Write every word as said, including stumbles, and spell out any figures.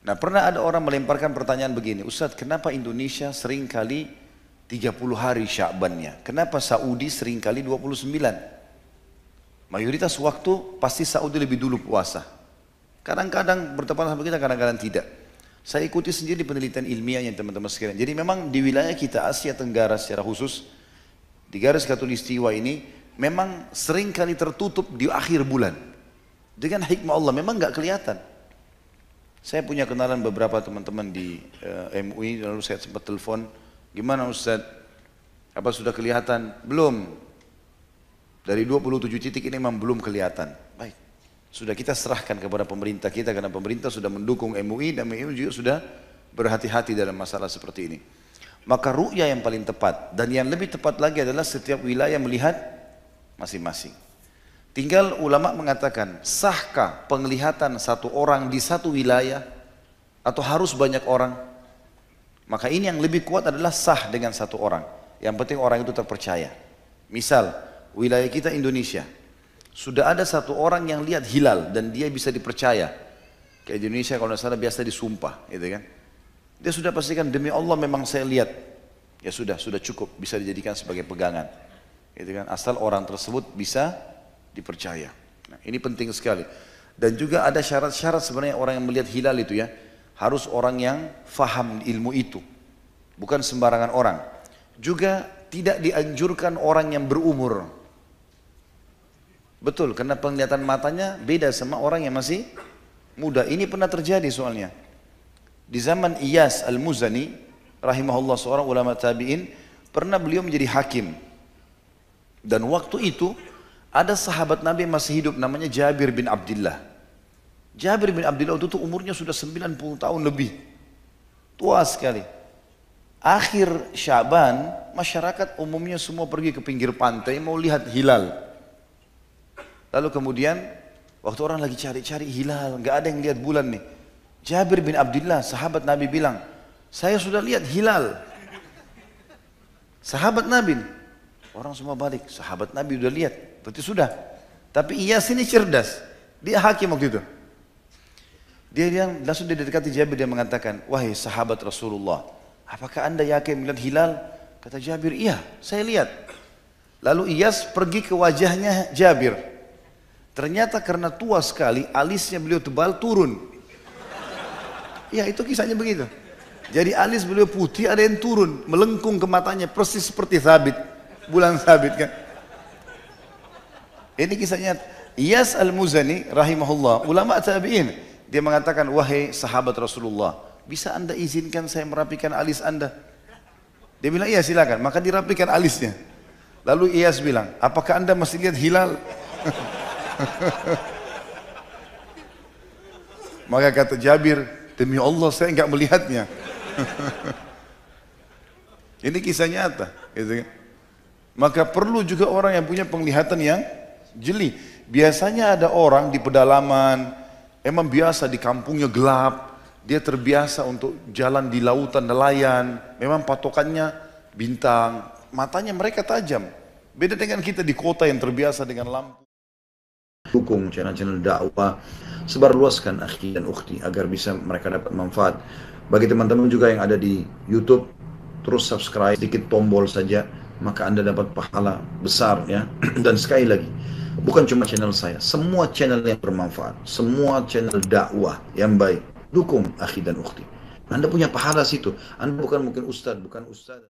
Nah, pernah ada orang melemparkan pertanyaan begini, Ustadz, kenapa Indonesia sering kali tiga puluh hari Sya'bannya? Kenapa Saudi sering kali dua puluh sembilan? Mayoritas waktu pasti Saudi lebih dulu puasa. Kadang-kadang bertepatan sama kita, kadang-kadang tidak. Saya ikuti sendiri penelitian ilmiahnya teman-teman sekalian. Jadi memang di wilayah kita Asia Tenggara secara khusus, di garis khatulistiwa ini, memang sering kali tertutup di akhir bulan. Dengan hikmah Allah, memang nggak kelihatan. Saya punya kenalan beberapa teman-teman di uh, M U I, lalu saya sempat telepon, gimana Ustaz, apa sudah kelihatan? Belum. Dari dua puluh tujuh titik ini memang belum kelihatan. Baik, sudah kita serahkan kepada pemerintah kita, karena pemerintah sudah mendukung M U I, dan M U I juga sudah berhati-hati dalam masalah seperti ini. Maka ru'ya yang paling tepat, dan yang lebih tepat lagi adalah setiap wilayah melihat masing-masing. Tinggal ulama mengatakan, sahkah penglihatan satu orang di satu wilayah atau harus banyak orang? Maka ini yang lebih kuat adalah sah dengan satu orang. Yang penting orang itu terpercaya. Misal, wilayah kita Indonesia, sudah ada satu orang yang lihat hilal dan dia bisa dipercaya. Kayak di Indonesia kalau tidak salah biasa disumpah, gitu kan? Dia sudah pastikan demi Allah memang saya lihat. Ya sudah, sudah cukup bisa dijadikan sebagai pegangan. Gitu kan? Asal orang tersebut bisa dipercaya. Nah, ini penting sekali. Dan juga ada syarat-syarat sebenarnya orang yang melihat hilal itu ya, harus orang yang faham ilmu itu. Bukan sembarangan orang. Juga tidak dianjurkan orang yang berumur. Betul, karena penglihatan matanya beda sama orang yang masih muda. Ini pernah terjadi soalnya. Di zaman Iyas Al-Muzani, rahimahullah, seorang ulama tabi'in, pernah beliau menjadi hakim. Dan waktu itu, ada sahabat Nabi yang masih hidup, namanya Jabir bin Abdullah. Jabir bin Abdullah itu tuh umurnya sudah sembilan puluh tahun lebih. Tua sekali. Akhir Sya'ban, masyarakat umumnya semua pergi ke pinggir pantai mau lihat hilal. Lalu kemudian, waktu orang lagi cari-cari hilal, nggak ada yang lihat bulan nih. Jabir bin Abdullah, sahabat Nabi bilang, saya sudah lihat hilal. Sahabat Nabi, orang semua balik, sahabat Nabi udah lihat, berarti sudah. Tapi Iyas ini cerdas, dia hakim waktu itu. Dia yang langsung dia dekati Jabir, dia mengatakan, wahai sahabat Rasulullah, apakah anda yakin melihat hilal? Kata Jabir, iya, saya lihat. Lalu Iyas pergi ke wajahnya Jabir. Ternyata karena tua sekali, alisnya beliau tebal turun. Ya, itu kisahnya begitu. Jadi alis beliau putih, ada yang turun, melengkung ke matanya, persis seperti Thabit, bulan Thabit kan. Ini kisahnya Iyas Al-Muzani rahimahullah, ulama tabi'in. Dia mengatakan, wahai sahabat Rasulullah, bisa anda izinkan saya merapikan alis anda? Dia bilang, iya silakan. Maka dirapikan alisnya. Lalu Iyas bilang, apakah anda masih lihat hilal? Maka kata Jabir, demi Allah saya enggak melihatnya. Ini kisah nyata, gitu kan? Maka perlu juga orang yang punya penglihatan yang jeli. Biasanya ada orang di pedalaman, emang biasa di kampungnya gelap, dia terbiasa untuk jalan di lautan nelayan, memang patokannya bintang, matanya mereka tajam. Beda dengan kita di kota yang terbiasa dengan lampu. Dukung channel-channel dakwah, sebarluaskan akhi dan ukhti agar bisa mereka dapat manfaat. Bagi teman-teman juga yang ada di YouTube, terus subscribe, sedikit tombol saja, maka anda dapat pahala besar ya. Dan sekali lagi, bukan cuma channel saya, semua channel yang bermanfaat, semua channel dakwah yang baik, dukung akhi dan ukhti. Anda punya pahala situ. Anda bukan mungkin ustadz, bukan ustadz.